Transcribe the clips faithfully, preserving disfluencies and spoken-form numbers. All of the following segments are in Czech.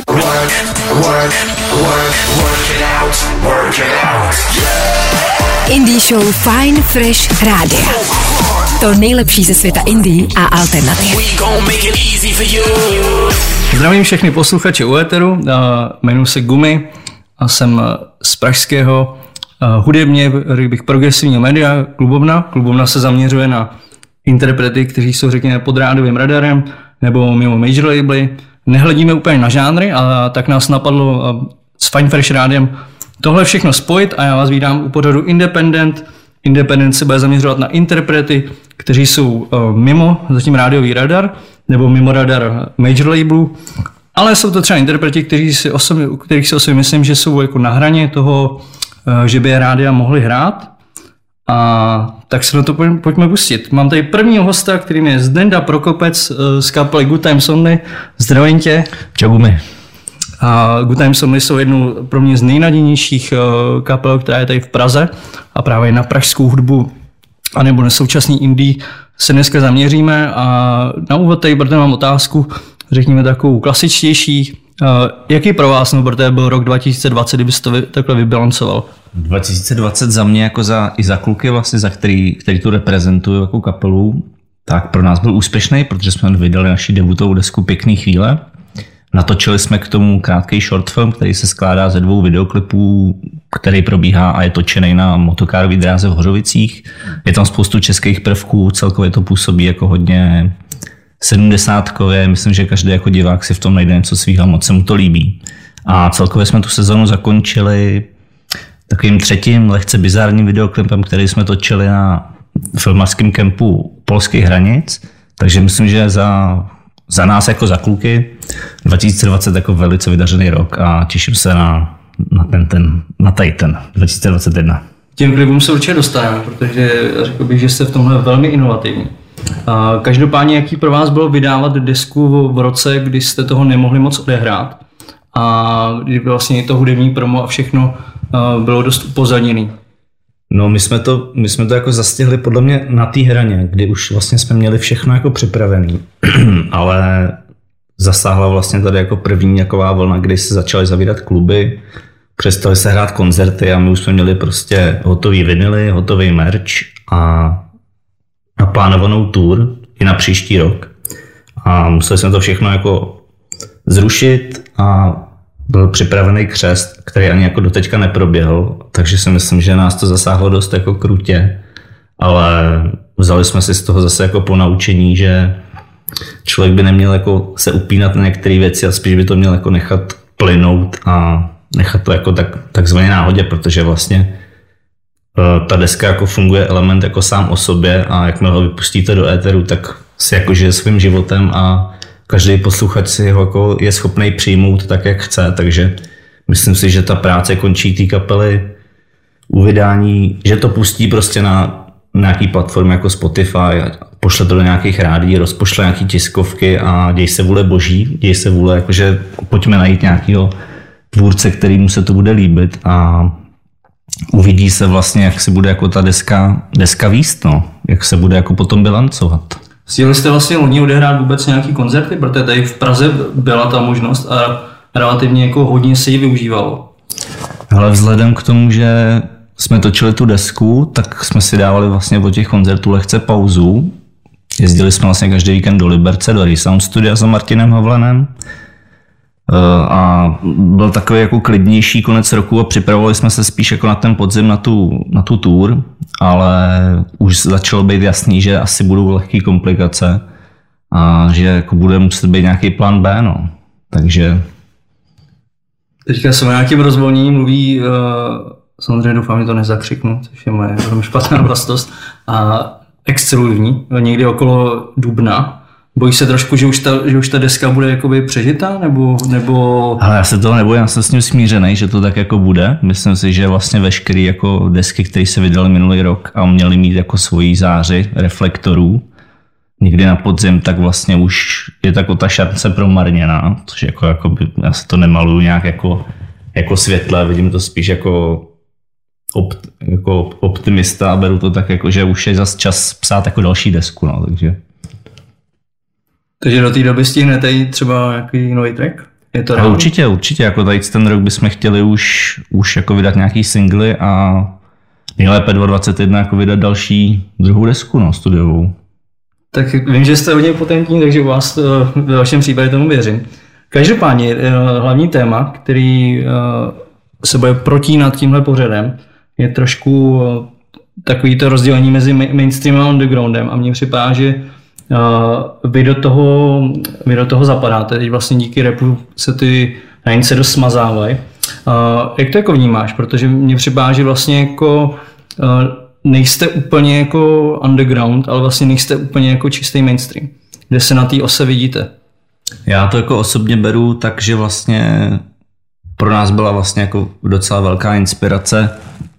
work, work, work, work it out, work it out. Yeah! Indie show Fine Fresh Radio. To nejlepší ze světa indie a alternativ. Zdravím všechny posluchače u éteru, jmenuji se Gumi a jsem z pražského hudebně, bych progresivního média Klubovna. Klubovna se zaměřuje na interprety, kteří jsou řekněme pod rádiovým radarem nebo mimo major labely. Nehledíme úplně na žánry, a tak nás napadlo s Fine Fresh Rádiem tohle všechno spojit a já vás vítám u pořadu Independent. Independent se bude zaměřovat na interprety, kteří jsou mimo zatím rádiový radar nebo mimo radar major labelu, ale jsou to třeba interpreti, kteří si osobně, kterých si osobně myslím, že jsou jako na hraně toho, že by je rádia mohli hrát. A tak se na to pojďme pustit. Mám tady prvního hosta, kterým je Zdenda Prokopec z kapely Good Times Only. Zdravím tě. Čau Gumi. A Good Times Only jsou jednou pro mě z nejnadějnějších kapel, která je tady v Praze a právě na pražskou hudbu anebo na současný indie se dneska zaměříme. A na úvod tady, protože mám otázku, řekněme takovou klasičtější. Jaký pro vás, no protože byl rok dva tisíce dvacet, kdybyste to vy, takhle vybilancoval? dva tisíce dvacet za mě jako za, i za kluky vlastně, za který, který tu reprezentuju jako kapelu, tak pro nás byl úspěšný, protože jsme vydali naši debutovou desku Pěkný chvíle. Natočili jsme k tomu krátký short film, který se skládá ze dvou videoklipů, který probíhá a je točený na motokárový dráze v Hořovicích. Je tam spoustu českých prvků, celkově to působí jako hodně sedmdesátkově, myslím, že každý jako divák si v tom najde něco svýho, moc se mu to líbí. A celkově jsme tu sezonu zakončili takovým třetím lehce bizarním videoklipem, který jsme točili na filmařském kempu polských hranic, takže myslím, že za, za nás jako za kluky dva tisíce dvacet jako velice vydařený rok a těším se na, na ten, ten, na tady ten dva tisíce dvacet jedna. Těm klipům se určitě dostaneme, protože řekl bych, že jste v tomhle velmi inovativní. A každopádně, jaký pro vás bylo vydávat desku v roce, kdy jste toho nemohli moc odehrát a kdy vlastně to hudební promo a všechno bylo dost upozadněný? No my jsme to, my jsme to jako zastihli podle mě na té hraně, kdy už vlastně jsme měli všechno jako připravený, ale zasáhla vlastně tady jako první taková vlna, kdy se začaly zavírat kluby, přestaly se hrát koncerty a my už jsme měli prostě hotový vinily, hotový merch a naplánovanou tour i na příští rok. A museli jsme to všechno jako zrušit a byl připravený křest, který ani jako doteďka neproběhl, takže si myslím, že nás to zasáhlo dost jako krutě, ale vzali jsme si z toho zase jako ponaučení, že člověk by neměl jako se upínat na některé věci a spíš by to měl jako nechat plynout a nechat to jako tak, takzvaně náhodě, protože vlastně ta deska jako funguje element jako sám o sobě a jakmile ho vypustíte do éteru, tak si jako žije svým životem a každý posluchač si ho jako je schopný přijmout tak, jak chce, takže myslím si, že ta práce končí té kapely u vydání, že to pustí prostě na nějaký platformě jako Spotify a pošle to do nějakých rádií, rozpošle nějaký tiskovky a děj se vůle boží, děj se vůle, jakože pojďme najít nějakého tvůrce, kterýmu se to bude líbit a uvidí se vlastně, jak se bude jako ta deska, deska víst, no, jak se bude jako potom bilancovat. Stihli jste vlastně loni odehrát vůbec nějaký koncerty, protože tady v Praze byla ta možnost a relativně jako hodně se ji využívalo. Ale vzhledem k tomu, že jsme točili tu desku, tak jsme si dávali vlastně od těch koncertů lehce pauzu. Jezdili jsme vlastně každý víkend do Liberce, do Resound Studia za Martinem Havlenem. A byl takový jako klidnější konec roku a připravovali jsme se spíš jako na ten podzim na tu, na tu tour, ale už začalo být jasný, že asi budou lehké komplikace a že jako bude muset být nějaký plán B, no. Takže... Teďka se o nějakým rozvolnění mluví, uh, samozřejmě doufám, že to nezakřiknu, což je moje velmi špatná vlastost, a exceludivní, někdy okolo dubna. Bojíš se trošku, že už ta, že už ta deska bude jakoby přežitá, nebo, nebo... Ale já se toho nebojím, já jsem s ním smířený, že to tak jako bude. Myslím si, že vlastně veškeré jako desky, které se vydaly minulý rok a měly mít jako svoji záři reflektorů někdy na podzim, tak vlastně už je tako ta šance promarněná, což jako, jako by, já se to nemaluju nějak jako, jako světle, vidím to spíš jako, opt, jako optimista a beru to tak jako, že už je zas čas psát jako další desku, no, takže... Takže do té doby stihnete jít třeba nějaký nový track? Je to reálný? Určitě, určitě, jako tady ten rok bychom chtěli už, už jako vydat nějaký singly a nejlépe dvacet jedna jako vydat další druhou desku, no, studiovou. Tak vím, že jste hodně potentní, takže u vás ve vašem případě tomu věřím. Každopádně hlavní téma, který se bude protínat tímhle pořadem, je trošku takový to rozdělení mezi mainstreamem a undergroundem a mně připadá, že vy do toho, vy do toho zapadáte. Teď vlastně díky rapu se ty hranice dost smazávají. Jak to jako vnímáš? Protože mně připadá, že vlastně jako nejste úplně jako underground, ale vlastně nejste úplně jako čistý mainstream. Kde se na té ose vidíte? Já to jako osobně beru tak, že vlastně pro nás byla vlastně jako docela velká inspirace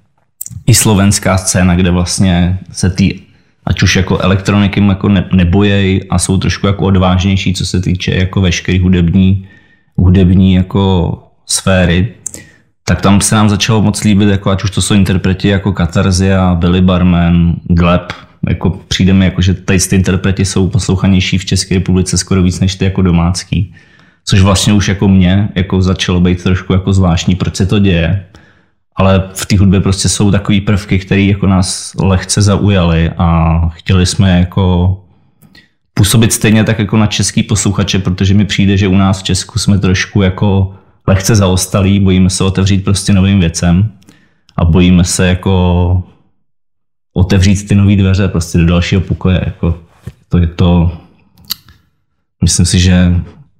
i slovenská scéna, kde vlastně se ty, ať už jako elektroniky jako ne, nebojej a jsou trošku jako odvážnější, co se týče jako veškerý hudební, hudební jako sféry, tak tam se nám začalo moc líbit, jako ať už to jsou interpreti jako Katarzia, Billy Barman, Gleb, jako přijde mi, jako, že tady ty interpreti jsou poslouchanější v České republice skoro víc než ty jako domácký. Což vlastně už jako mě jako začalo být trošku jako zvláštní, proč se to děje. Ale v té hudbě prostě jsou takový prvky, které jako nás lehce zaujaly a chtěli jsme jako působit stejně tak jako na český posluchače, protože mi přijde, že u nás v Česku jsme trošku jako lehce zaostalí, bojíme se otevřít prostě novým věcem a bojíme se jako otevřít ty nové dveře prostě do dalšího pokoje. Jako to je to, myslím si, že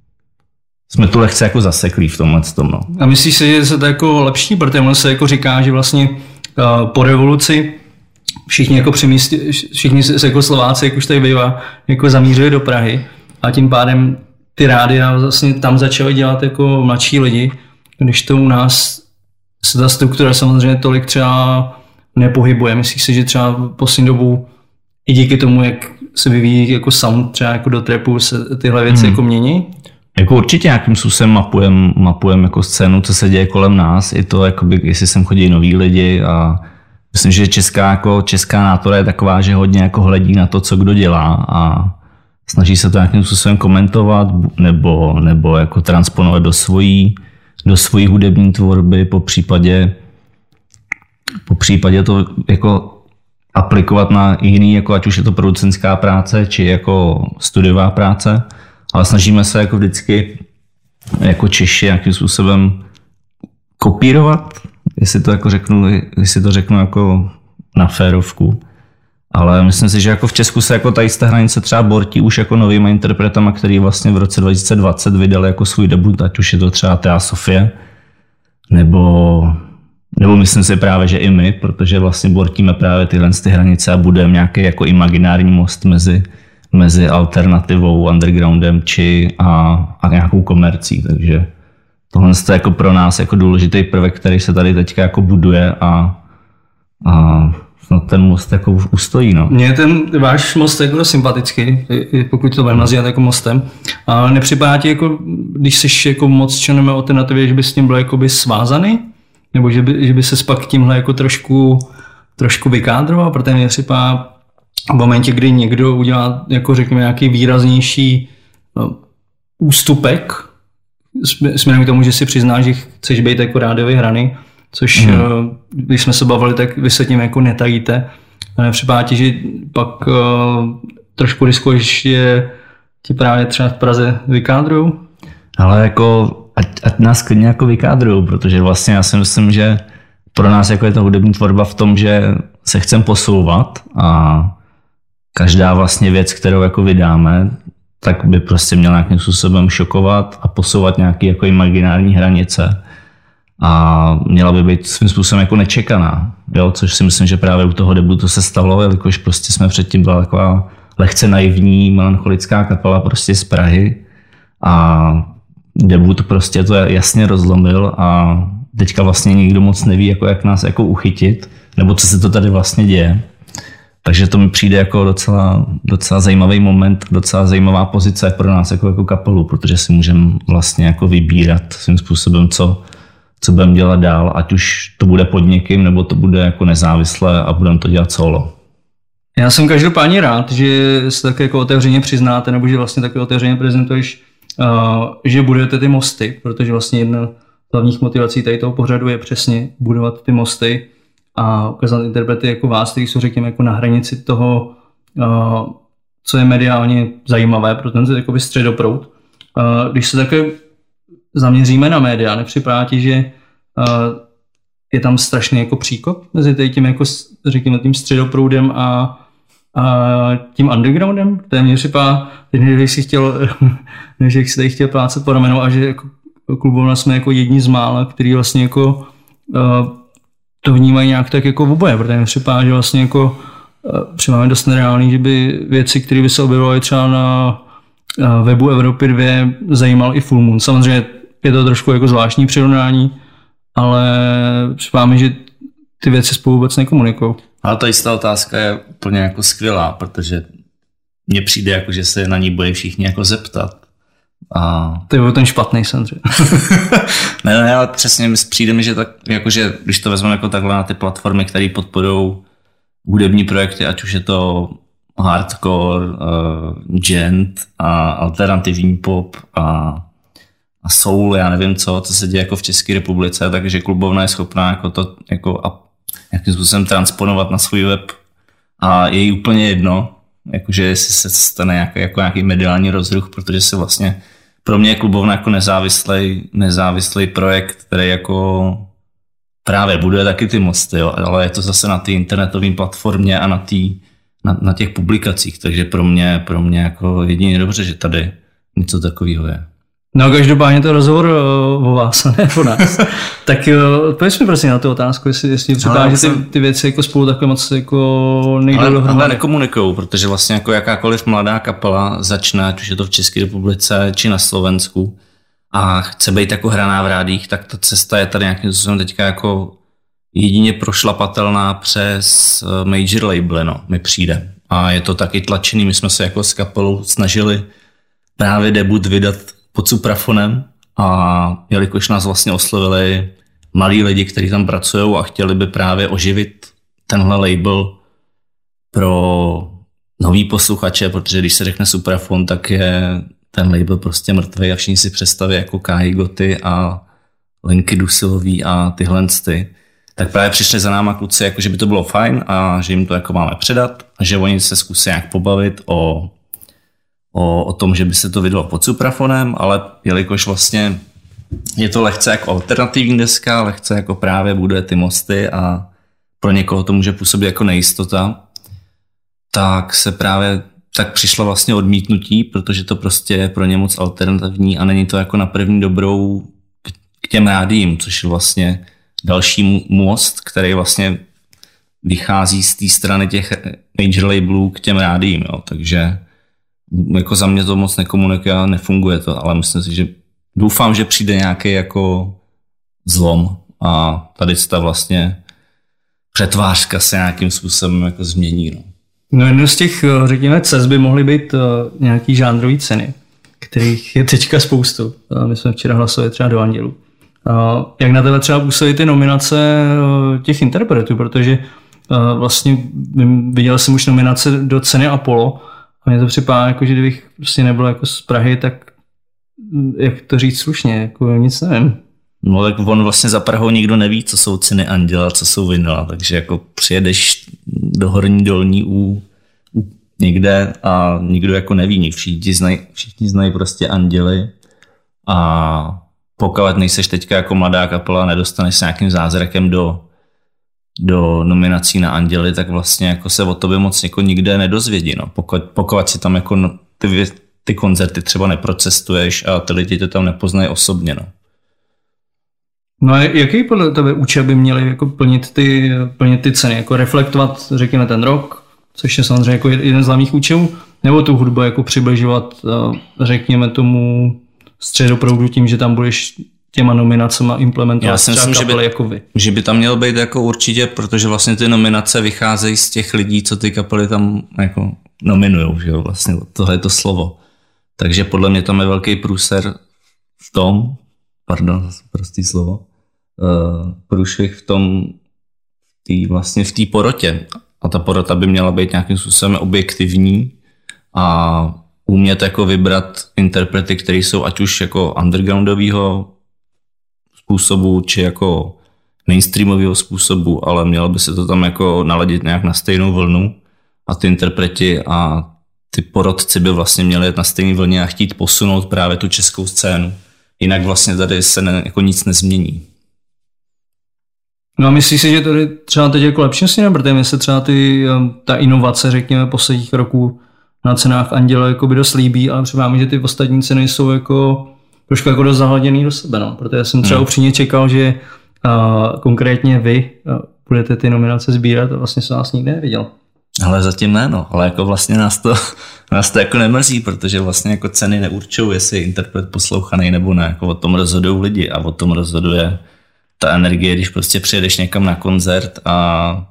jsme tu lehce jako zaseklí v tomhle tom. No. A myslíš si, že se to jako lepší, protože ono se jako říká, že vlastně uh, po revoluci všichni jako přemístí, všichni se jako Slováci, jak už tady bývá, jako zamířili do Prahy a tím pádem ty rádia vlastně tam začaly dělat jako mladší lidi, když to u nás se ta struktura samozřejmě tolik třeba nepohybuje. Myslíš si, že třeba v poslední dobu i díky tomu, jak se vyvíjí jako sound třeba jako do trapu, se tyhle věci hmm. jako mění? Jako určitě nějakým způsobem mapujeme mapujem jako scénu, co se děje kolem nás, i to, jakoby, jestli sem chodí noví lidi a myslím, že česká, jako, česká nátora je taková, že hodně jako hledí na to, co kdo dělá a snaží se to nějakým způsobem komentovat nebo, nebo jako transponovat do svojí, do svojí hudební tvorby, po případě, po případě to jako aplikovat na jiný, jako ať už je to producentská práce, či jako studiová práce. Ale snažíme se jako vždycky jako Češi nějakým způsobem kopírovat, jestli to jako řeknu, jestli to řeknu jako na férovku. Ale myslím si, že jako v Česku se jako tady z té hranice třeba bortí už jako novýma interpretama, který vlastně v roce dva tisíce dvacet vydali jako svůj debut, ať už je to třeba Thea Sofie, nebo, nebo myslím si právě, že i my, protože vlastně bortíme právě tyhle ty hranice a budeme nějaký jako imaginární most mezi mezi alternativou, undergroundem či a, a nějakou komercí, takže tohle je jako pro nás jako důležitý prvek, který se tady teďka jako buduje a, a snad ten most jako ustojí. No. Mně ten váš most je jako sympatický, pokud to budeme nazývat jako mostem, a nepřipadá ti jako, když jsi jako moc členem alternativy, že by s tím byl jakoby svázaný? Nebo že by, že by se pak tímhle jako trošku, trošku vykádroval, protože mě připadá v momentě, kdy někdo udělá, jako řekněme, nějaký výraznější no, ústupek směrem k tomu, že si přiznáš, že chceš být jako rádiově hraný, což mm. uh, když jsme se bavili, tak vy se tím jako netajíte. Připadá ti, že pak uh, trošku riskuješ, že ti právě třeba v Praze vykádrujou? Ale jako, ať, ať nás klidně jako vykádrujou, protože vlastně já si myslím, že pro nás jako je ta hudební tvorba v tom, že se chceme posouvat a každá vlastně věc, kterou jako vydáme, tak by prostě měla nějakým způsobem šokovat a posouvat nějaké jako imaginární hranice. A měla by být svým způsobem jako nečekaná, jo? Což si myslím, že právě u toho debutu se stalo, jelikož prostě jsme předtím byla taková lehce naivní, melancholická kapela prostě z Prahy a debut prostě to jasně rozlomil a teďka vlastně nikdo moc neví, jako jak nás jako uchytit, nebo co se to tady vlastně děje. Takže to mi přijde jako docela, docela zajímavý moment, docela zajímavá pozice pro nás jako, jako kapelu, protože si můžeme vlastně jako vybírat svým způsobem, co, co budeme dělat dál, ať už to bude pod někým, nebo to bude jako nezávislé a budeme to dělat solo. Já jsem každopádně rád, že se tak jako otevřeně přiznáte, nebo že vlastně také otevřeně prezentuješ že budujete ty mosty, protože vlastně jedna z hlavních motivací tady toho pořadu je přesně budovat ty mosty a ukázat interprety jako vás, kteří jsou řekněme jako na hranici toho, co je mediálně zajímavé pro ten jakoby středoproud. Když se také zaměříme na média, nepřipadá ti, že je tam strašný jako příkop mezi tím jako řekněme tím středoproudem a, a tím undergroundem, které mě připadá, než si chtěl, než si tady chtěl plácat po ramenu a že jako klubovna jsme jako jedni z mála, který vlastně jako uh, to vnímají nějak tak jako v oboje, protože mi připadá, že vlastně jako uh, připadá dost nereálný, že by věci, které by se objevovaly třeba na uh, webu Evropy dva zajímal i Full Moon. Samozřejmě je to trošku jako zvláštní přirovnání, ale připadá mi, že ty věci spolu vůbec nekomunikují. Ale ta jistá otázka je úplně jako skvělá, protože mně přijde jako, že se na ní bojí všichni jako zeptat. A... To je ten špatný samozřejmě. ne, ne, ale přesně mi přijde mi, že tak, jakože, když to vezmeme jako takhle na ty platformy, které podporují hudební projekty, ať už je to hardcore, uh, gent a alternativní pop a a soul, já nevím co, co se děje jako v České republice, takže klubovna je schopná jako to jako a nějakým způsobem transponovat na svůj web a je jí úplně jedno, jakože jestli se stane nějaký, jako nějaký mediální rozruch, protože se vlastně pro mě je klubovna jako nezávislý, nezávislý projekt, který jako právě buduje taky ty mosty, jo, ale je to zase na té internetové platformě a na, tý, na, na těch publikacích, takže pro mě, pro mě jako jedině dobře, že tady něco takového je. No každopádně to rozhovor o vás a ne o nás. Tak odpověď mi prosím na tu otázku, jestli, jestli připadá, že ty, ty věci jako spolu takhle moc jako nejdou dohromady. Ale nekomunikujou, protože vlastně jako jakákoliv mladá kapela začne, ať už je to v České republice či na Slovensku a chce být jako hraná v rádích, tak ta cesta je tady nějakým způsobem teďka jako jedině prošlapatelná přes major label, no, mi přijde. A je to taky tlačený, my jsme se jako s kapelou snažili právě debut vydat pod Suprafonem a jelikož nás vlastně oslovili malí lidi, kteří tam pracují a chtěli by právě oživit tenhle label pro nový posluchače, protože když se řekne Suprafon, tak je ten label prostě mrtvý a všichni si představí jako Káji Goty a Lenky Dusilový a tyhle ty. Tak právě přišli za náma kluci, jako že by to bylo fajn a že jim to jako máme předat a že oni se zkusí nějak pobavit o O, o tom, že by se to vydalo pod Suprafonem, ale jelikož vlastně je to lehce jako alternativní deska, lehce jako právě buduje ty mosty a pro někoho to může působit jako nejistota, tak se právě tak přišlo vlastně odmítnutí, protože to prostě je pro ně moc alternativní a není to jako na první dobrou k, k těm rádiím, což je vlastně další most, který vlastně vychází z té strany těch major labelů k těm rádiím, jo, takže jako za mě to moc nekomunikuje a nefunguje to, ale myslím si, že doufám, že přijde nějaký jako zlom a tady ta vlastně přetvářka se nějakým způsobem jako změní. No, no jedno z těch, řekněme, cest by mohly být nějaký žánrový ceny, kterých je teďka spoustu. My jsme včera hlasovali třeba do Andělů. Jak na tebe třeba působí ty nominace těch interpretů, protože vlastně viděl jsem už nominace do ceny Apollo. A mně to připadá, jako, že kdybych prostě nebyl jako z Prahy, tak jak to říct slušně, jako nic nevím. No tak on vlastně za Prahou nikdo neví, co jsou ceny Anděla, co jsou Vinyla, takže jako přijedeš do Horní Dolní u, u někde a nikdo jako neví, všichni znají, všichni znají prostě Anděly a pokud nejseš teďka jako mladá kapela, nedostaneš se nějakým zázrakem do do nominací na Anděly, tak vlastně jako se o tobě moc jako nikde nedozvědí. No. Pokud, pokud si tam jako no, ty, ty koncerty třeba neprocestuješ a ty lidi to tam nepoznají osobně. No, no a jaký podle tebe účel by měli jako plnit, ty, plnit ty ceny? Jako reflektovat, řekněme, ten rok, což je samozřejmě jako jeden z hlavních účelů, nebo tu hudbu jako přibližovat, řekněme, tomu středoproudu tím, že tam budeš těma nominacema implementovat. Já si myslím, že by, jako vy. že by tam mělo být jako určitě, protože vlastně ty nominace vycházejí z těch lidí, co ty kapely tam jako nominujou, že jo, vlastně tohle je to slovo. Takže podle mě tam je velký průser v tom, pardon, prostý slovo, uh, průšvih v tom, tý, vlastně v té porotě. A ta porota by měla být nějakým způsobem objektivní a umět jako vybrat interprety, které jsou ať už jako undergroundového způsobu, či jako mainstreamového způsobu, ale mělo by se to tam jako naladit nějak na stejnou vlnu a ty interpreti a ty porodci by vlastně měli jet na stejné vlně a chtít posunout právě tu českou scénu. Jinak vlastně tady se ne, jako nic nezmění. No a myslíš si, že tady třeba teď jako lepší směrem, protože mi se třeba ty, ta inovace, řekněme, posledních roků na cenách Anděla jako by dost líbí, ale třeba že ty ostatní ceny jsou jako trošku jako dost zahladěný do sebe, no. Protože já jsem třeba hmm. upřímně čekal, že uh, konkrétně vy uh, budete ty nominace sbírat a vlastně jsem vás nikdy neviděl. Ale zatím ne, no. Ale jako vlastně nás to, nás to jako nemrzí, protože vlastně jako ceny neurčují, jestli je interpret poslouchaný nebo ne. Jako o tom rozhodují lidi a o tom rozhoduje ta energie, když prostě přijedeš někam na koncert a,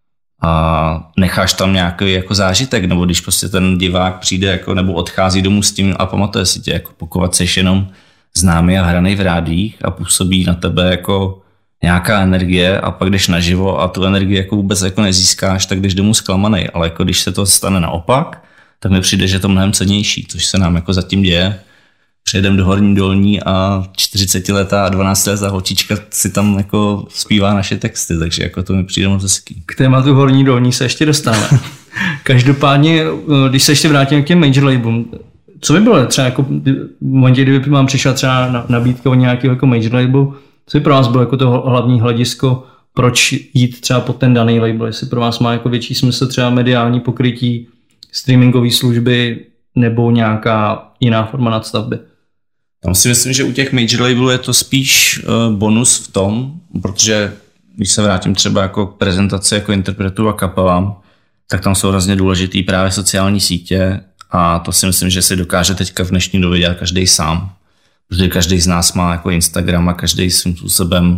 a necháš tam nějaký jako zážitek, nebo když prostě ten divák přijde jako, nebo odchází domů s tím a pamatuje si tě, jako pokud seš jenom známý a hranej v rádích a působí na tebe jako nějaká energie a pak jdeš naživo a tu energii jako vůbec jako nezískáš, tak jdeš domů zklamanej. Ale jako když se to stane naopak, tak mi přijde, že je to mnohem cennější, což se nám jako zatím děje. Přijedeme do Horní Dolní a čtyřicetiletá a dvanáctiletá holčička si tam jako zpívá naše texty, takže jako to mi přijde moc hezký. K tématu Horní Dolní se ještě dostáváme. Každopádně, když se ještě vrátím k těm major labelům, co by bylo třeba jako v momentě, kdyby vám přišla třeba nabídka od nějakého jako major labelu, co by pro vás bylo jako to hlavní hledisko, proč jít třeba pod ten daný label, jestli pro vás má jako větší smysl třeba mediální pokrytí, streamingové služby nebo nějaká jiná forma nadstavby? Tam si myslím, že u těch major labelů je to spíš bonus v tom, protože když se vrátím třeba jako k prezentaci jako interpretů a kapelám, tak tam jsou hrozně důležitý právě sociální sítě a to si myslím, že si dokáže teďka v dnešní době dělat každý sám. Protože každý z nás má jako Instagram a každý svým způsobem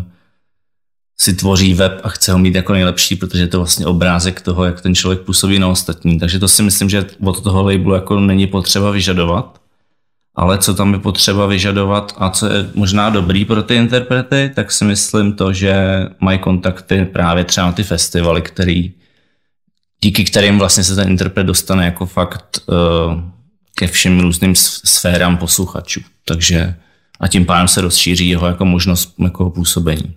si tvoří web a chce ho mít jako nejlepší, protože je to vlastně obrázek toho, jak ten člověk působí na ostatní. Takže to si myslím, že od toho labelu jako není potřeba vyžadovat. Ale co tam je potřeba vyžadovat a co je možná dobrý pro ty interprety, tak si myslím to, že mají kontakty právě třeba na ty festivaly, který, díky kterým vlastně se ten interpret dostane jako fakt uh, ke všem různým sférám posluchačů. Takže a tím pádem se rozšíří jeho jako možnost jako působení.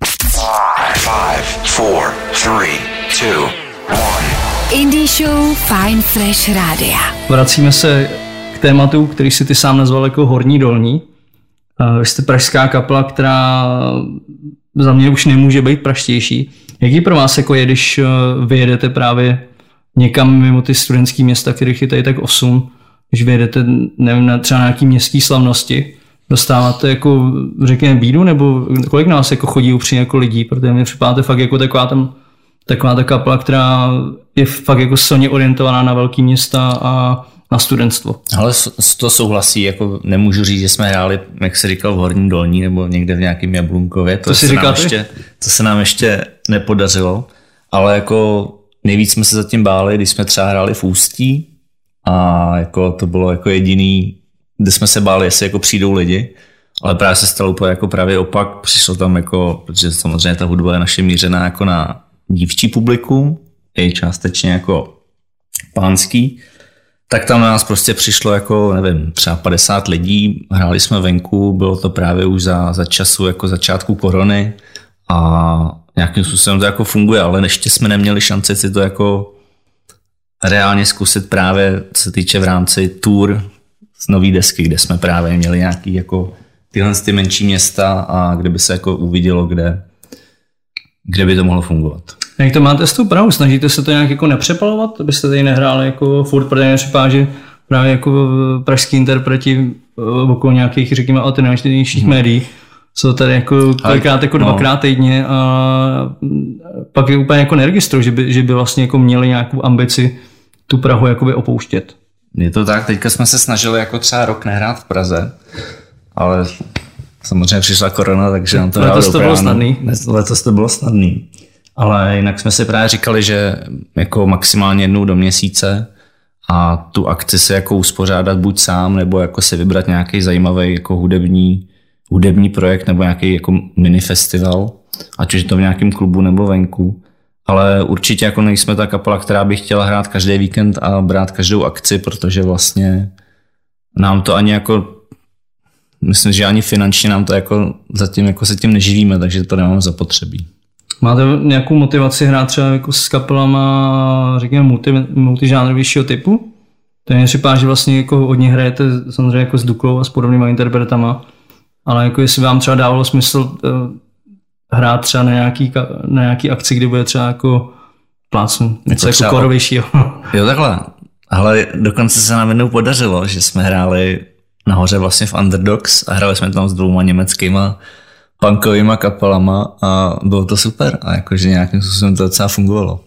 Five, four, three, two, one. Indie Show Fine Fresh Rádia. Vracíme se k tématu, který si ty sám nazval jako Horní Dolní. Vy jste pražská kapela, která za mě už nemůže být pražštější. Jaký pro vás jako je, když vyjedete právě někam mimo ty studentský města, kterých je tady tak osm, když vyjedete, nevím, na třeba na nějaký městský slavnosti, dostáváte jako, řekněme, bídu, nebo kolik nás jako chodí upřímně jako lidí, protože mě připadáte fakt jako taková tam, taková ta kapela, která je fakt jako silně orientovaná na velký města a na studentstvo. Ale to souhlasí, jako nemůžu říct, že jsme hráli, jak se říkal, v Horní Dolní nebo někde v nějakém Jablunkově, to, to, se nám ještě, to se nám ještě nepodařilo, ale jako nejvíc jsme se zatím báli, když jsme třeba hráli v Ústí a jako to bylo jako jediný, kde jsme se báli, jestli jako přijdou lidi, ale právě se stalo úplně jako právě opak, přišlo tam jako, protože samozřejmě ta hudba je naše mířená jako na dívčí publikum, i částečně jako pánský, tak tam na nás prostě přišlo jako, nevím, třeba padesát lidí, hráli jsme venku, bylo to právě už za, za času jako začátku korony a nějakým způsobem to jako funguje, ale ještě jsme neměli šanci si to jako reálně zkusit právě, co se týče v rámci tour z nový desky, kde jsme právě měli nějaký jako tyhle ty menší města a kde by se jako uvidělo, kde, kde by to mohlo fungovat. Jak to máte s tou Prahou? Snažíte se to nějak jako nepřepalovat, abyste tady nehráli jako furt, protože mě připadá, že právě jako pražský interpreti okolo nějakých, řekněme, alternativnějších hmm. médií jsou tady jako kolikrát jako dvakrát no. týdně a pak je úplně jako neregistrují, že by, že by vlastně jako měli nějakou ambici tu Prahu jakoby opouštět. Je to tak, teďka jsme se snažili jako třeba rok nehrát v Praze, ale samozřejmě přišla korona, takže nám to letos to bylo snadný. Letos to bylo snadný. Ale jinak jsme si právě říkali, že jako maximálně jednou do měsíce a tu akci se jako uspořádat buď sám, nebo jako si vybrat nějaký zajímavý jako hudební, hudební projekt nebo nějaký jako mini festival, ať už je to v nějakém klubu nebo venku. Ale určitě jako nejsme ta kapela, která by chtěla hrát každý víkend a brát každou akci, protože vlastně nám to ani jako, myslím, že ani finančně nám to jako zatím jako se tím neživíme, takže to nemáme zapotřebí. Máte nějakou motivaci hrát třeba jako s kapelama, řekněme, multi, multižánrovějšího typu? To mě připadá, že vlastně jako hodně hrajete samozřejmě jako s Duklou a s podobnýma interpretama, ale jako jestli vám třeba dávalo smysl uh, hrát třeba na nějaký, na nějaký akci, kdy bude třeba jako plácnu, něco jako, jako korovějšího. Jo, takhle. Ale dokonce se nám jednou podařilo, že jsme hráli nahoře vlastně v Underdogs a hráli jsme tam s dvouma německýma punkovýma kapelama a bylo to super a jakože nějakým způsobem to docela fungovalo.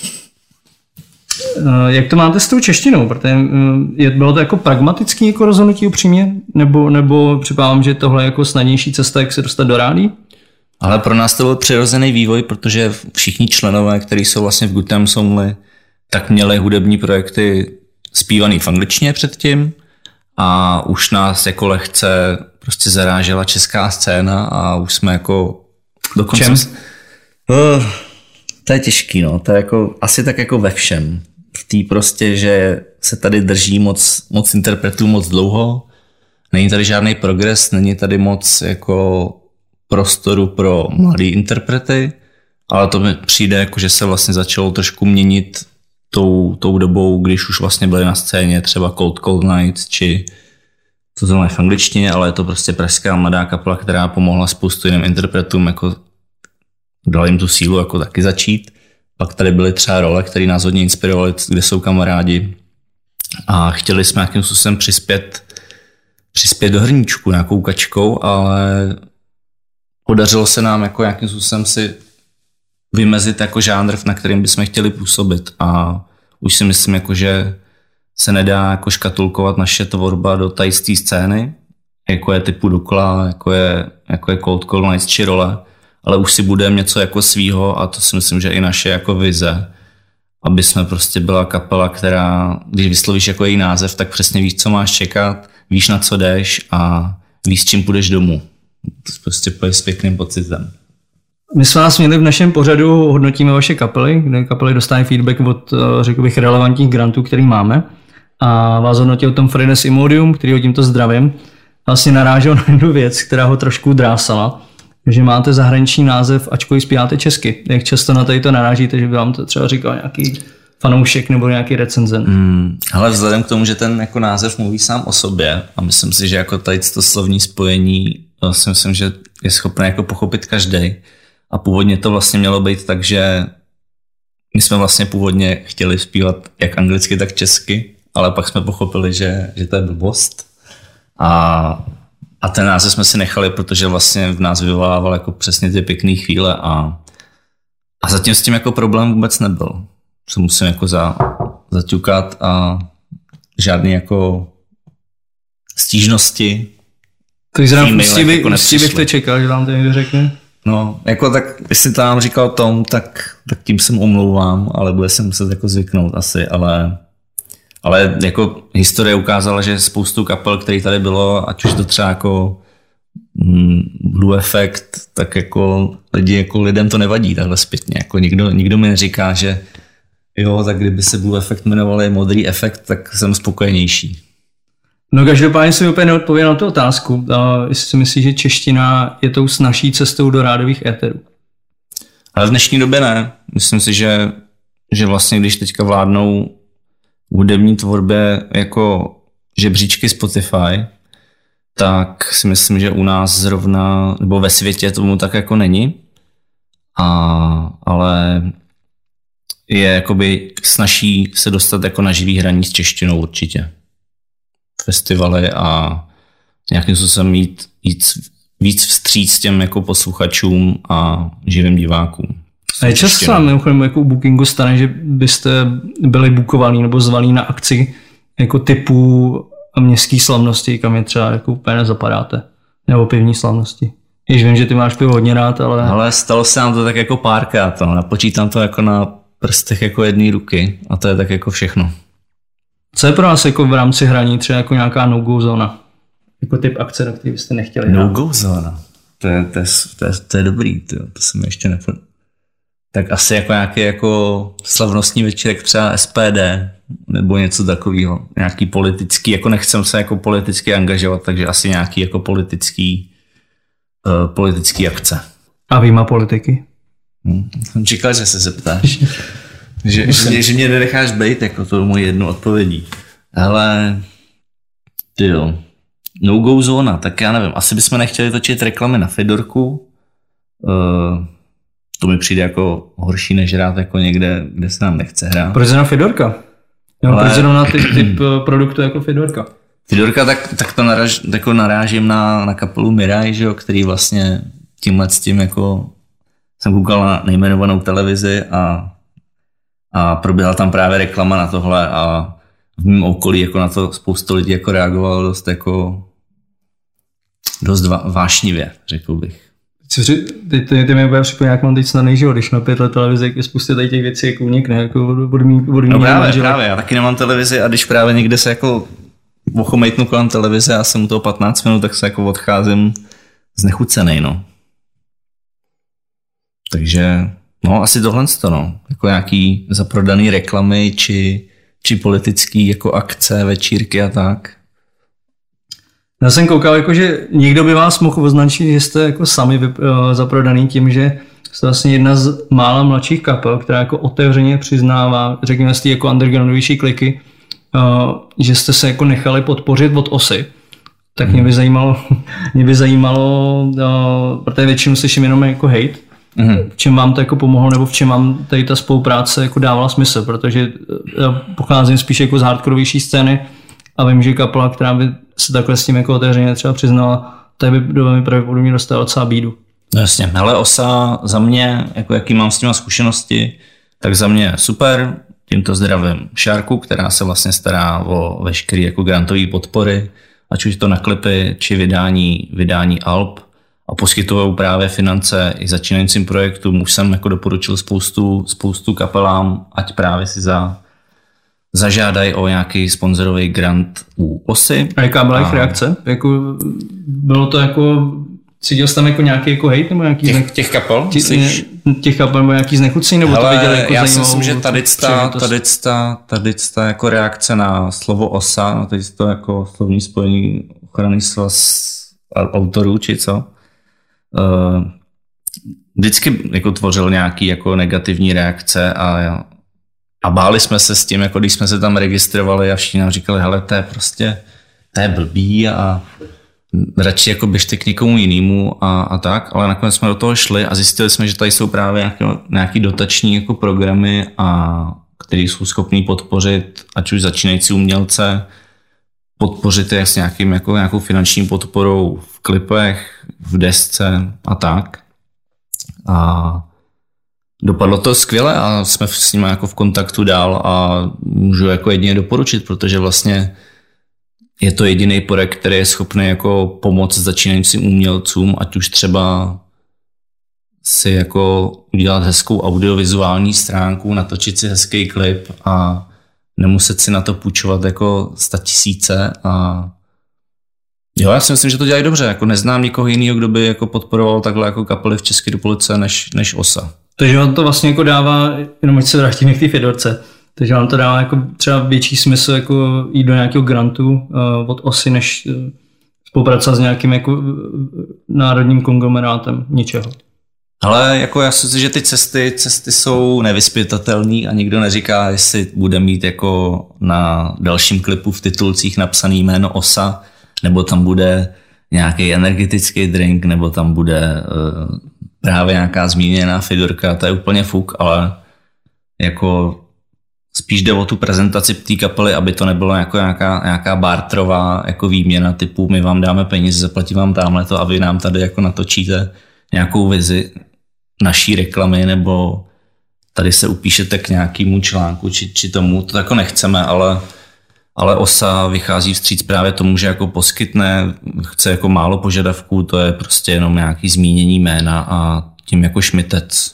Jak to máte s tou češtinou? Protože je, bylo to jako pragmatický jako rozhodnutí upřímně? Nebo, nebo připadám, že tohle je jako snadnější cesta, jak se dostat do rádí? Ale pro nás to byl přirozený vývoj, protože všichni členové, kteří jsou vlastně v Good Times Only, tak měli hudební projekty zpívaný v angličtině předtím a už nás jako lehce prostě zarážela česká scéna a už jsme jako dokonce... Čem? Uh, to je těžký, no. To je jako, asi tak jako ve všem. V té prostě, že se tady drží moc, moc interpretů moc dlouho, není tady žádný progres, není tady moc jako prostoru pro mladý interprety, ale to mi přijde, jako, že se vlastně začalo trošku měnit tou, tou dobou, když už vlastně byly na scéně třeba Cold Cold Nights, či to znamená v angličtině, ale je to prostě pražská mladá kapela, která pomohla spoustu jiným interpretům, jako dala jim tu sílu jako taky začít. Pak tady byly třeba role, které nás hodně inspirovaly, kde jsou kamarádi a chtěli jsme nějakým způsobem přispět, přispět do hrníčku nějakou kačkou, ale podařilo se nám jako nějakým způsobem si vymezit jako žánr, na kterým bychom chtěli působit a už si myslím, jako, že se nedá jako škatulkovat naše tvorba do tady z té scény, jako je typu Dukla, jako je, jako je Cold Cold Nights či role, ale už si budeme něco jako svýho a to si myslím, že i naše jako vize, aby jsme prostě byla kapela, která, když vyslovíš jako její název, tak přesně víš, co máš čekat, víš, na co jdeš a víš, s čím půjdeš domů. To prostě pojď s pěkným pocitem. My jsme vás měli v našem pořadu Hodnotíme vaše kapely, kde kapely dostávají feedback od, řekl bych, relevantních grantů, který máme. A vás hodnotil Tom Frides Imodium, který ho tímto zdravím. Vlastně narážel na jednu věc, která ho trošku drásala, že máte zahraniční název, ačkoliv zpíváte česky. Jak často na tady to narážíte, že by vám to třeba říkal nějaký fanoušek nebo nějaký recenzent? Hmm, ale vzhledem k tomu, že ten jako název mluví sám o sobě a myslím si, že jako tady to slovní spojení si myslím, že je schopné jako pochopit každý. A původně to vlastně mělo být tak, že my jsme vlastně původně chtěli zpívat jak anglicky, tak česky, ale pak jsme pochopili, že, že to je blbost. A, a ten název jsme si nechali, protože vlastně v nás vyvolával jako přesně ty pěkné chvíle a, a zatím s tím jako problém vůbec nebyl. Se musím jako za, zaťukat a žádný jako stížnosti. Takže nám ústí bych to čekal, že vám to někdo řekne. No, jako tak, jestli to nám říkal Tom, tak, tak tím se omlouvám, ale bude se muset jako zvyknout asi, ale, ale jako historie ukázala, že spoustu kapel, který tady bylo, ať už to třeba jako mm, Blue Effect, tak jako lidi, jako lidem to nevadí takhle zpětně, jako nikdo, nikdo mi neříká, že jo, tak kdyby se Blue Effect jmenovali Modrý efekt, tak jsem spokojenější. No každopádně jsem úplně neodpověděl na tu otázku. Uh, jestli si myslíš, že čeština je tou snazší cestou do rádových éterů? Ale v dnešní době ne. Myslím si, že, že vlastně když teďka vládnou hudební tvorbě jako žebříčky Spotify, tak si myslím, že u nás zrovna, nebo ve světě tomu tak jako není. A, ale je jakoby snazší se dostat jako na živý hraní s češtinou určitě. Festivaly a nějakým způsobem jít, jít víc vstříc těm jako posluchačům a živým divákům. A je často vám mimochodem jako u bookingu stane, že byste byli bookovaní nebo zvaní na akci jako typu městský slavnosti, kam je třeba jako úplně nezapadáte, nebo pivní slavnosti. Jež vím, že ty máš pivo hodně rád, ale... Ale stalo se nám to tak jako párkrát, no. Napočítám to jako na prstech jako jedné ruky a to je tak jako všechno. Co je pro vás jako v rámci hraní třeba jako nějaká no-go zóna? Jako typ akce, do který byste nechtěli hrát? No-go zóna? To je, to je, to je, to je dobrý, to, to jsem ještě nepodal. Tak asi jako nějaký jako slavnostní večírek třeba S P D, nebo něco takového, nějaký politický, jako nechcem se jako politicky angažovat, takže asi nějaký jako politický, uh, politický akce. A vyjma politiky? Hmm. Jsem čekal, že se zeptáš. že, že, že mě nenecháš bejt jako to moji jednu odpovědí. Ale tyjo, no-go zóna, tak já nevím, asi bychom nechtěli točit reklamy na Fedorku. Uh, to mi přijde jako horší, než hrát jako někde, kde se nám nechce hrát. Proč na Fedorka? Já ale... proč na typ, typ produktu jako Fedorka? Fedorka, tak, tak to naráž, jako narážím na, na kapelu Miraj, že jo, který vlastně tímhle s tím jako jsem koukal na nejmenovanou televizi a, a proběhla tam právě reklama na tohle a v mém okolí jako na to spoustu lidí jako reagovalo dost jako dost vášnivě, řekl bych. Ty, ty, ty mi bude připomínat, jak mám teď snadný život, když na pět let televize je spoustu tady těch věcí jako unikne, jako budu mít, budu mít no právě, právě, já taky nemám televizi a když právě někde se jako ochomejtnu kolem televize a jsem u toho patnáct minut, tak se jako odcházím znechucenej, no. Takže, no asi tohle to, no. Jako nějaký zaprodaný reklamy, či, či politický jako akce, večírky a tak. Já jsem koukal, jako, že někdo by vás mohl označit, že jste jako sami vyp- zaprodaný tím, že jste vlastně jedna z mála mladších kapel, která jako otevřeně přiznává, řekněme z té jako undergroundovější kliky, uh, že jste se jako nechali podpořit od osy. Tak mě by zajímalo, mě by zajímalo, uh, protože většinou slyším jenom jako hate, mm-hmm. v čem vám to jako pomohlo, nebo v čem vám tady ta spolupráce jako dávala smysl, protože já pocházím spíš jako z hardkorovější scény a vím, že kapela, která by se takhle s tím jako otevřeně třeba přiznala, tak by do mě pravděpodobně dostala docela bídu. No jasně, ale osa za mě, jako jaký mám s těma zkušenosti, tak za mě super, tímto zdravím Šárku, která se vlastně stará o veškeré jako grantové podpory, ať už to na klipy, či vydání, vydání alb a poskytují právě finance i začínajícím projektům. Už jsem jako doporučil spoustu, spoustu kapelám, ať právě si za zažádají o nějaký sponzorový grant u osy. A jaká byla jejich reakce? Jako, bylo to jako, cítil jsi tam jako nějaký jako hejt nebo nějaký těch, znech... těch kapel? Těch, těch kapel nebo nějaký znechucení? Nebo hele, to viděli jako já si myslím, že tady ta, tady ta, tady ta jako reakce na slovo osa, no teď to jako slovní spojení ochranný svaz autorů, či co? Uh, vždycky jako tvořil nějaký jako negativní reakce a A báli jsme se s tím, jako když jsme se tam registrovali a všichni nám říkali, hele, to je prostě, to je blbý a radši jako běžte k někomu jinému a, a tak, ale nakonec jsme do toho šli a zjistili jsme, že tady jsou právě nějaké, nějaké dotační jako programy, a které jsou schopný podpořit, ať už začínající umělce, podpořit je s nějakým, jako, nějakou finanční podporou v klipech, v desce a tak. A dopadlo to skvěle a jsme s nimi jako v kontaktu dál a můžu jako jedině doporučit, protože vlastně je to jediný projekt, který je schopný jako pomoct začínajícím umělcům, ať už třeba si jako udělat hezkou audiovizuální stránku, natočit si hezký klip a nemuset si na to půjčovat jako statisíce a jo, já si myslím, že to dělají dobře, jako neznám nikoho jiného, kdo by jako podporoval takhle jako kapely v České republice než, než osa. Takže vám to vlastně jako dává, jenom ať se vrátíme k té Fedorce, takže vám to dává jako třeba větší smysl jako jít do nějakého grantu uh, od osy, než uh, spolupracovat s nějakým jako uh, národním konglomerátem ničeho. Ale jako já si myslím, že ty cesty, cesty jsou nevyzpytatelné a nikdo neříká, jestli bude mít jako na dalším klipu v titulcích napsaný jméno osa, nebo tam bude nějaký energetický drink, nebo tam bude uh, právě nějaká zmíněná Fedorka, to je úplně fuk, ale jako spíš jde o tu prezentaci té kapely, aby to nebylo jako nějaká, nějaká barterová jako výměna typu my vám dáme peníze, zaplatí vám támhleto a vy nám tady jako natočíte nějakou vizi naší reklamy, nebo tady se upíšete k nějakému článku či, či tomu, to jako nechceme, ale ale osa vychází vstříc právě tomu, že jako poskytne, chce jako málo požadavků, to je prostě jenom nějaký zmínění jména a tím jako šmitec.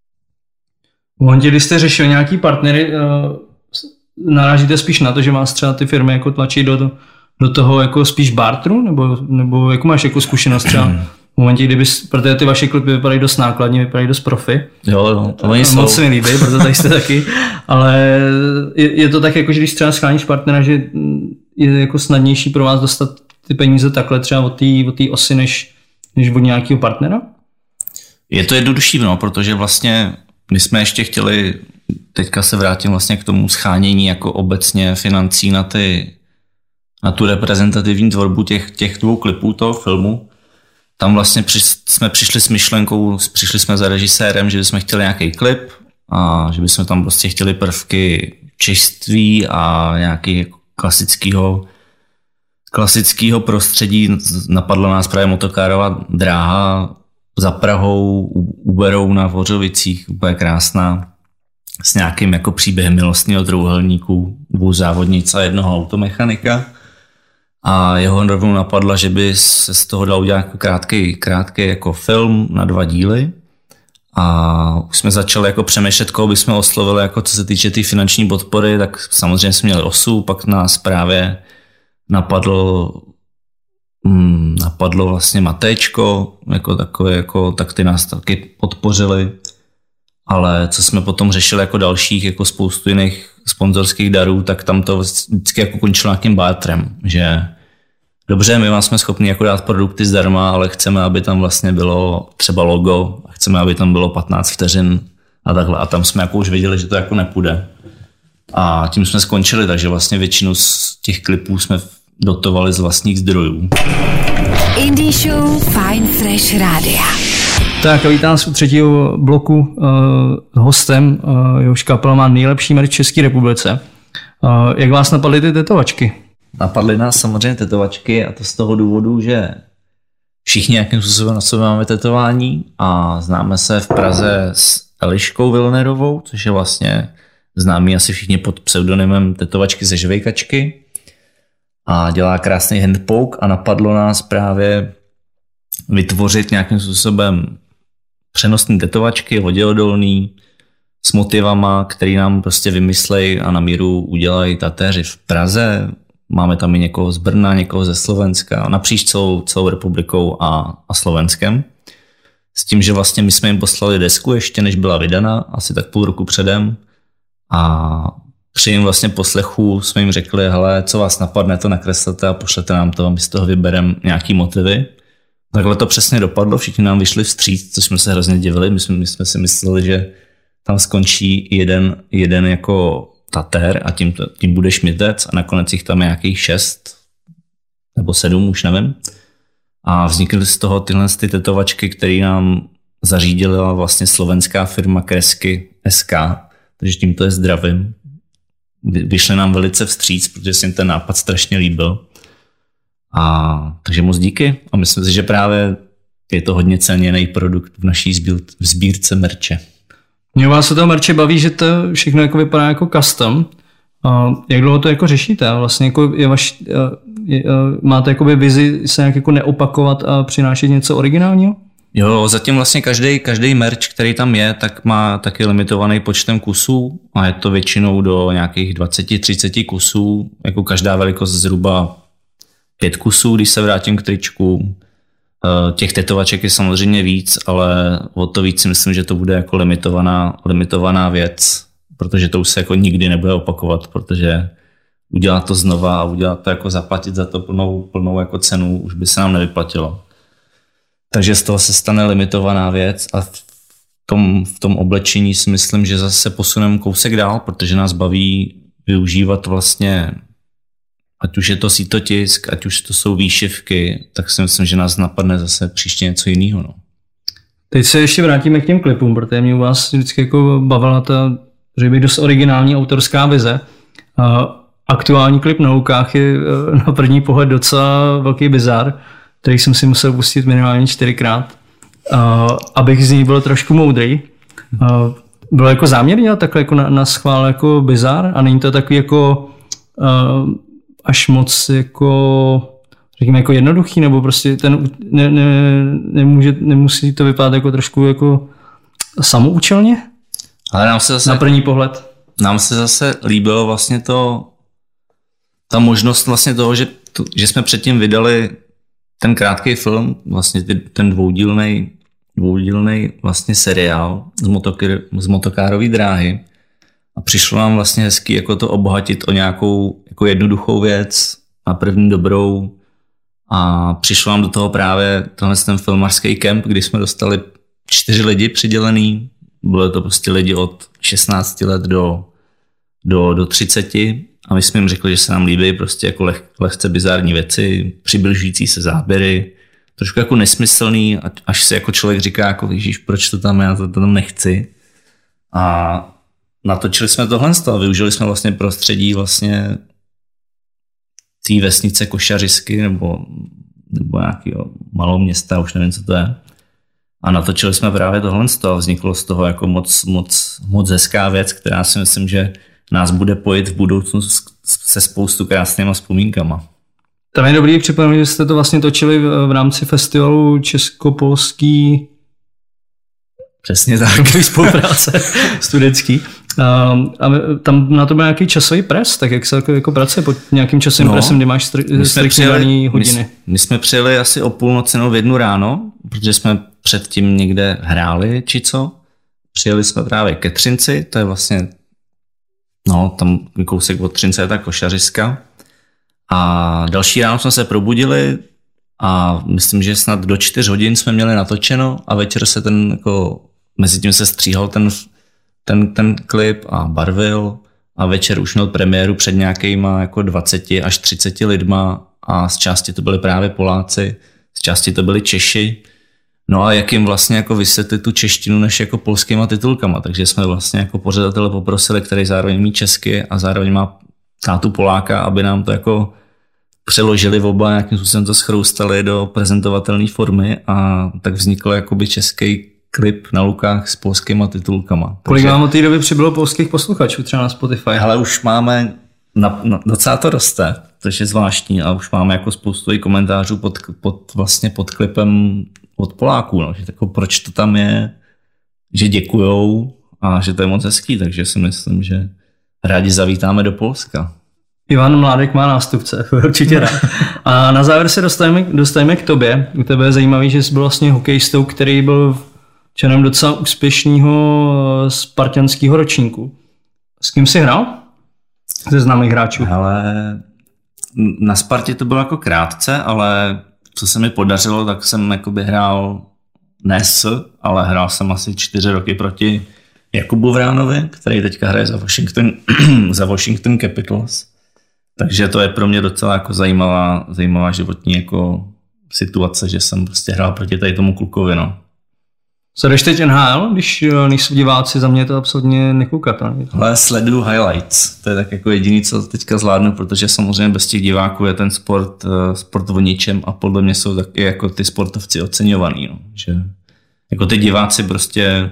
V momentě, kdy jste řešili nějaký partnery, narážíte spíš na to, že vás třeba ty firmy jako tlačí do, do toho jako spíš barteru, nebo, nebo jako máš jako zkušenost třeba v momentě, kdyby, protože ty vaše klipy vypadají dost nákladně, vypadají dost profi. Jo, jo, to oni jsou. Moc se mi líbí, proto tady jste taky, ale je, je to tak, jako, že když třeba schráníš partnera, že je jako snadnější pro vás dostat ty peníze takhle třeba od té od té osy, než, než od nějakého partnera? Je to jednodušší, no, protože vlastně my jsme ještě chtěli, teďka se vrátím vlastně k tomu schánění jako obecně financí na, ty, na tu reprezentativní tvorbu těch, těch dvou klipů toho filmu. Tam vlastně při, jsme přišli s myšlenkou, přišli jsme za režisérem, že bychom chtěli nějaký klip a že bychom tam prostě chtěli prvky čiství a nějaký jako klasického klasického prostředí. Napadla nás právě motokárová dráha za Prahou, u Berou na Vořovicích, úplně krásná, s nějakým jako příběhem milostného trojúhelníku, dvou závodnic a jednoho automechanika. A jeho rovnou napadla, že by se z toho dal udělat jako krátký, krátký jako film na dva díly. A už jsme začali jako přemýšlet, koho bychom oslovili, jako co se týče té tý finanční podpory, tak samozřejmě jsme měli osu, pak nás právě napadlo, hmm, napadlo vlastně Matéčko, jako takové, jako, tak ty nás taky podpořili. Ale co jsme potom řešili jako dalších, jako spoustu jiných sponzorských darů, tak tam to vždycky jako končilo nějakým bátrem, že dobře, my vám jsme schopni jako dát produkty zdarma, ale chceme, aby tam vlastně bylo třeba logo a chceme, aby tam bylo patnáct vteřin a takhle. A tam jsme jako už věděli, že to jako nepůjde. A tím jsme skončili, takže vlastně většinu z těch klipů jsme dotovali z vlastních zdrojů. Indie Show Fine Fresh Rádia. Tak a vítám nás u třetího bloku uh, hostem, uh, jehož kapela má nejlepší merch v České republice. Uh, jak vás napadly ty tetovačky? Napadly nás samozřejmě tetovačky a to z toho důvodu, že všichni nějakým způsobem na sobě máme tetování a známe se v Praze s Eliškou Vilnerovou, což je vlastně známý asi všichni pod pseudonymem Tetovačky ze žvejkačky a dělá krásný handpoke a napadlo nás právě vytvořit nějakým způsobem přenosný tetovačky, voděodolný, s motivama, který nám prostě vymyslejí a na míru udělají tatéři v Praze. Máme tam i někoho z Brna, někoho ze Slovenska, napříč celou, celou republikou a, a Slovenskem. S tím, že vlastně my jsme jim poslali desku ještě, než byla vydaná, asi tak půl roku předem. A při jim vlastně poslechu jsme jim řekli, hele, co vás napadne, to nakreslete a pošlete nám to a my z toho vybereme nějaký motivy. Takhle to přesně dopadlo, všichni nám vyšli vstříc, což jsme se hrozně divili. My jsme, my jsme si mysleli, že tam skončí jeden, jeden jako tatér a tím, to, tím bude šmitec a nakonec jich tam je nějakých šest nebo sedm, už nevím. A vznikly z toho tyhle ty tetovačky, které nám zařídila vlastně slovenská firma Kresky S K, takže tímto je zdravím. Vyšli nám velice vstříc, protože se jim ten nápad strašně líbil. A takže moc díky a myslím si, že právě je to hodně ceněný produkt v naší sbírce merče. Mě vás se toho merče baví, že to všechno jako vypadá jako custom. A jak dlouho to jako řešíte? Vlastně jako je vaš, je, máte jakoby vizi se nějak jako neopakovat a přinášet něco originálního? Jo, zatím vlastně každý, každý merch, který tam je, tak má taky limitovaný počtem kusů a je to většinou do nějakých dvacet třicet kusů, jako každá velikost zhruba pět kusů, když se vrátím k tričku. Těch tetovaček je samozřejmě víc, ale o to víc si myslím, že to bude jako limitovaná, limitovaná věc, protože to už se jako nikdy nebude opakovat, protože udělat to znova a udělat to jako zaplatit za to plnou, plnou jako cenu už by se nám nevyplatilo. Takže z toho se stane limitovaná věc a v tom, v tom oblečení si myslím, že zase posuneme kousek dál, protože nás baví využívat vlastně, ať už je to sítotisk, ať už to jsou výšivky, tak si myslím, že nás napadne zase příště něco jiného. No. Teď se ještě vrátíme k těm klipům, protože mě u vás vždycky jako bavila ta, že by dost originální autorská vize. Aktuální klip na Loukách je na první pohled docela velký bizar, který jsem si musel pustit minimálně čtyřikrát, abych z ní byl trošku moudrý. Bylo jako záměr dělat takhle jako na, na schvál jako bizar a není to takový jako až moc jako řekněme jako jednoduchý, nebo prostě ten ne, ne, nemůže, nemusí to vypadat jako trošku jako samoučelně? Ale nám se zase, na první pohled. Nám se zase líbilo vlastně to, ta možnost vlastně toho, že, to, že jsme předtím vydali ten krátký film, vlastně ten dvoudílnej, dvoudílnej vlastně seriál z, motokr, z motokárové dráhy a přišlo nám vlastně hezky jako to obohatit o nějakou jako jednoduchou věc a první dobrou a přišlo nám do toho právě tenhle ten filmařský kemp, kdy jsme dostali čtyři lidi přidělený, bylo to prostě lidi od šestnácti let do, do, do třiceti a my jsme jim řekli, že se nám líbí prostě jako leh, lehce bizární věci, přibližující se záběry, trošku jako nesmyslný, až si jako člověk říká, jako víš, proč to tam, já to, to tam nechci. A natočili jsme tohle a využili jsme vlastně prostředí vlastně té vesnice Košařisky nebo, nebo nějakého malou města, už nevím, co to je. A natočili jsme právě tohle a vzniklo z toho jako moc, moc, moc hezká věc, která si myslím, že nás bude pojít v budoucnu se spoustu krásnýma vzpomínkama. Tam je dobrý připomenout, že jste to vlastně točili v rámci festivalu Českopolský přesně tak, spolupráce studentský. Um, a tam na to byl nějaký časový pres, tak jak se jako, jako pracuje pod nějakým časovým no, presem, kdy máš striktní hodiny? My, my jsme přijeli asi o půlnoci nebo v jednu ráno, protože jsme předtím někde hráli, či co. Přijeli jsme právě ke Třinci, to je vlastně, no tam kousek od Třince je ta Košařiska. A další ráno jsme se probudili a myslím, že snad do čtyř hodin jsme měli natočeno a večer se ten, jako, mezi tím se stříhal ten, ten, ten klip a barvil a večer už měl premiéru před nějakýma jako dvaceti až třiceti lidma a z části to byli právě Poláci, z části to byli Češi. No a jak jim vlastně jako vysvětlit tu češtinu než jako polskýma titulkama, takže jsme vlastně jako pořadatele poprosili, který zároveň mí česky a zároveň má tátu Poláka, aby nám to jako přeložili oba, nějakým způsobem to schroustali do prezentovatelné formy a tak vznikl jakoby český klip na lukách s polskýma titulkama. Kolik vám od té doby přibylo polských posluchačů třeba na Spotify? Ale už máme, na, na, docela to roste, což je zvláštní a už máme jako spoustu i komentářů pod, pod, vlastně pod klipem od Poláků, no, že tako, proč to tam je, že děkujou a že to je moc hezký, takže si myslím, že rádi zavítáme do Polska. Ivan Mládek má nástupce, určitě rád. A na závěr se dostaneme, dostaneme k tobě. U tebe je zajímavý, že jsi byl vlastně hokejistou, který byl členem docela úspěšného spartanského ročníku. S kým jsi hrál? Ze známých hráčů. Ale na Spartě to bylo jako krátce, ale co se mi podařilo, tak jsem jakoby hrál ne s, ale hrál jsem asi čtyři roky proti Jakubu Vránovi, který teďka hraje za Washington, za Washington Capitals. Takže to je pro mě docela jako zajímavá, zajímavá životní jako situace, že jsem prostě hrál proti tady tomu klukovi. No. Sleduješ teď N H L, když nejsou diváci, za mě to absolutně nekoukatelné. Ale sleduju highlights, to je tak jako jediný, co teďka zvládnu, protože samozřejmě bez těch diváků je ten sport, sport o ničem a podle mě jsou taky jako ty sportovci oceňovaný. No. Že jako ty diváci prostě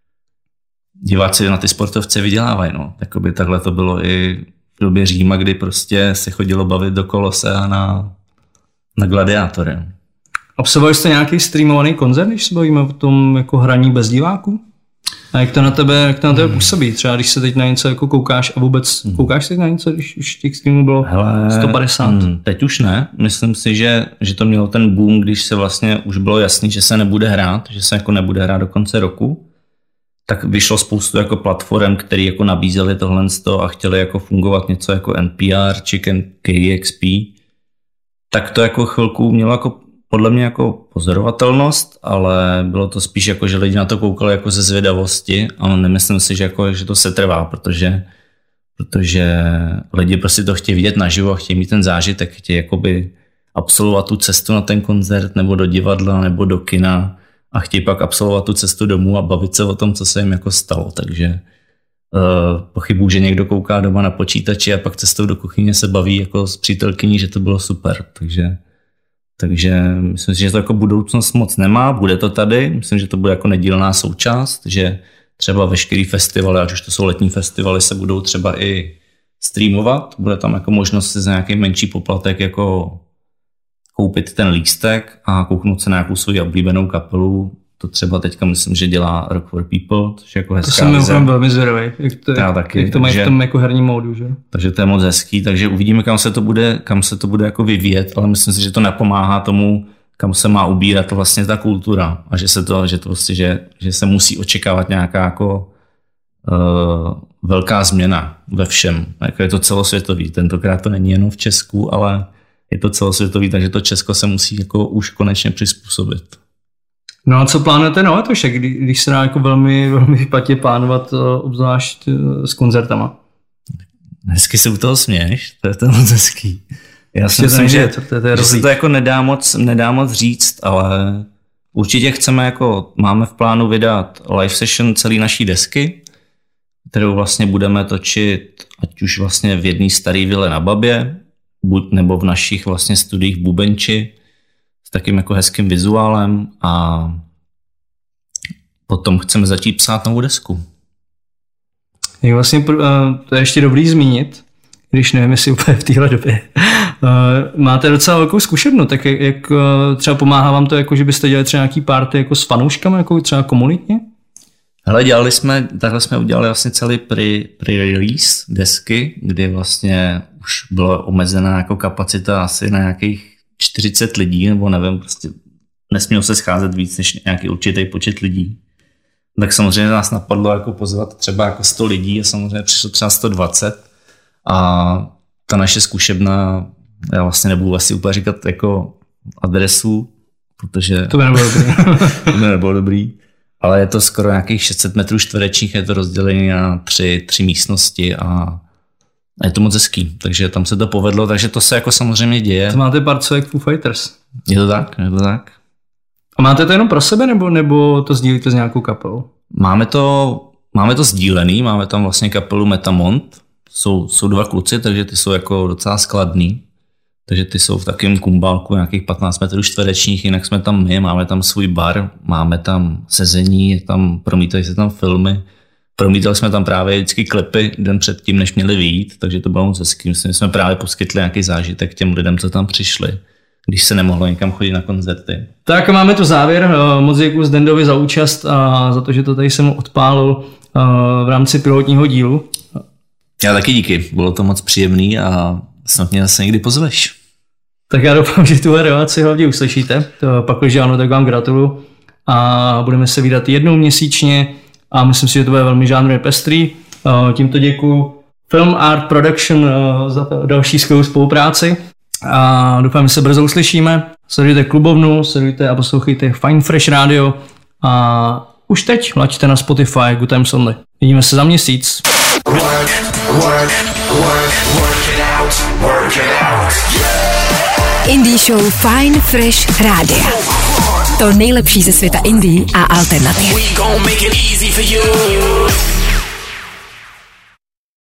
diváci na ty sportovce vydělávají. No. Takoby takhle to bylo i v době Říma, kdy prostě se chodilo bavit do Kolosea na, na gladiátory. Absolvovali jste nějaký streamovaný koncert, když se bavíme o tom jako hraní bez diváků? A jak to na tebe, jak to na tebe působí? Třeba když se teď na něco jako koukáš a vůbec hmm. koukáš teď na něco, když už těch streamů bylo Hele, sto padesát? Hmm, teď už ne. Myslím si, že, že to mělo ten boom, když se vlastně už bylo jasný, že se nebude hrát, že se jako nebude hrát do konce roku. Tak vyšlo spoustu jako platform, které jako nabízely tohle a chtěli jako fungovat něco jako N P R či K X P. Tak to jako chvilku mělo jako podle mě jako pozorovatelnost, ale bylo to spíš jako, že lidi na to koukali jako ze zvědavosti a nemyslím si, že, jako, že to se trvá, protože, protože lidi prostě to chtějí vidět naživo a chtějí mít ten zážitek, chtějí jakoby absolvovat tu cestu na ten koncert nebo do divadla nebo do kina a chtějí pak absolvovat tu cestu domů a bavit se o tom, co se jim jako stalo, takže uh, pochybuju, že někdo kouká doma na počítači a pak cestou do kuchyně se baví jako s přítelkyní, že to bylo super, takže Takže myslím si, že to jako budoucnost moc nemá, bude to tady, myslím, že to bude jako nedílná součást, že třeba veškerý festivaly, ať už to jsou letní festivaly, se budou třeba i streamovat, bude tam jako možnost si za nějaký menší poplatek jako koupit ten lístek a kouknout se na nějakou svou oblíbenou kapelu to třeba teďka myslím, že dělá Rock for People, což je jako hezká to jsem vize. mimochodem velmi zvědavý, jak to, Já taky, jak to mají že, v tom jako herním módu, že? Takže to je moc hezký, takže uvidíme, kam se to bude, kam se to bude jako vyvíjet, ale myslím si, že to napomáhá tomu, kam se má ubírat vlastně ta kultura a že se to, že to prostě, že, že se musí očekávat nějaká jako uh, velká změna ve všem. Jako je to celosvětový, tentokrát to není jenom v Česku, ale je to celosvětový, takže to Česko se musí jako už konečně přizpůsobit. No a co plánujete na letošek, kdy, když se dá jako velmi, velmi špatně plánovat, obzvlášť s koncertama? Hezky se u toho směješ, to je to moc hezký. Já si myslím, že, to, to, že se to jako nedá moc, nedá moc říct, ale určitě chceme jako, máme v plánu vydat live session celé naší desky, kterou vlastně budeme točit ať už vlastně v jedné staré vile na Babě, buď nebo v našich vlastně studiích v Bubenči s takým jako hezkým vizuálem a potom chceme začít psát novou desku. Je vlastně, to je ještě dobrý zmínit, když nevím, jestli úplně v téhle době. Máte docela velkou zkušenost, tak jak, jak třeba pomáhá vám to, jako, že byste dělali třeba nějaký party jako s fanouškami, jako třeba komunitně? Hele, dělali jsme, takhle jsme udělali vlastně celý pre, pre-release desky, kdy vlastně už byla omezená jako kapacita asi na nějakých čtyřicet lidí, nebo nevím, prostě nesmělo se scházet víc než nějaký určitý počet lidí. Tak samozřejmě nás napadlo jako pozvat třeba jako sto lidí a samozřejmě přišlo třeba sto dvacet a ta naše zkušebna, já vlastně nebudu asi úplně říkat jako adresu, protože to by nebylo dobrý. to by nebylo dobrý. Ale je to skoro nějakých šest set metrů čtverečních, je to rozdělené na tři, tři místnosti a je to moc hezký, takže tam se to povedlo, takže to se jako samozřejmě děje. To máte pár co jak Foo Fighters. Je to tak, je to tak. A máte to jenom pro sebe, nebo, nebo to sdílíte s nějakou kapelou? Máme to, máme to sdílený, máme tam vlastně kapelu Metamont, jsou, jsou dva kluci, takže ty jsou jako docela skladný. Takže ty jsou v takém kumbálku nějakých patnáct metrů čtverečních, jinak jsme tam my, máme tam svůj bar, máme tam sezení, je tam, promítají se tam filmy. Promítali jsme tam právě vždycky klipy den předtím, než měli vyjít, takže to bylo moc hezký. Myslím, jsme právě poskytli nějaký zážitek těm lidem, co tam přišli, když se nemohlo někam chodit na koncerty. Tak máme tu závěr. Moc děkuji Zdendovi za účast a za to, že to tady jsem odpálil v rámci pilotního dílu. Já taky díky, bylo to moc příjemný a snad mě zase někdy pozveš. Tak já doufám, že tuhle relaci hlavně uslyšíte. Pak, když ano, tak vám gratuluju. A budeme se vydat jednou měsíčně a myslím si, že to bude velmi žánrově pestrý. Tímto děkuju Film Art Production za další skvělou spolupráci. A doufám, že se brzo uslyšíme. Sledujte Klubovnu, sledujte a poslouchejte Fine Fresh Radio. A už teď laďte na Spotify Good Times Only. Vidíme se za měsíc. Work, work, work, work it out, work it out. Yeah! Indie show Fine Fresh Radio. To nejlepší ze světa indie a alternativ. We gon' make it easy for you.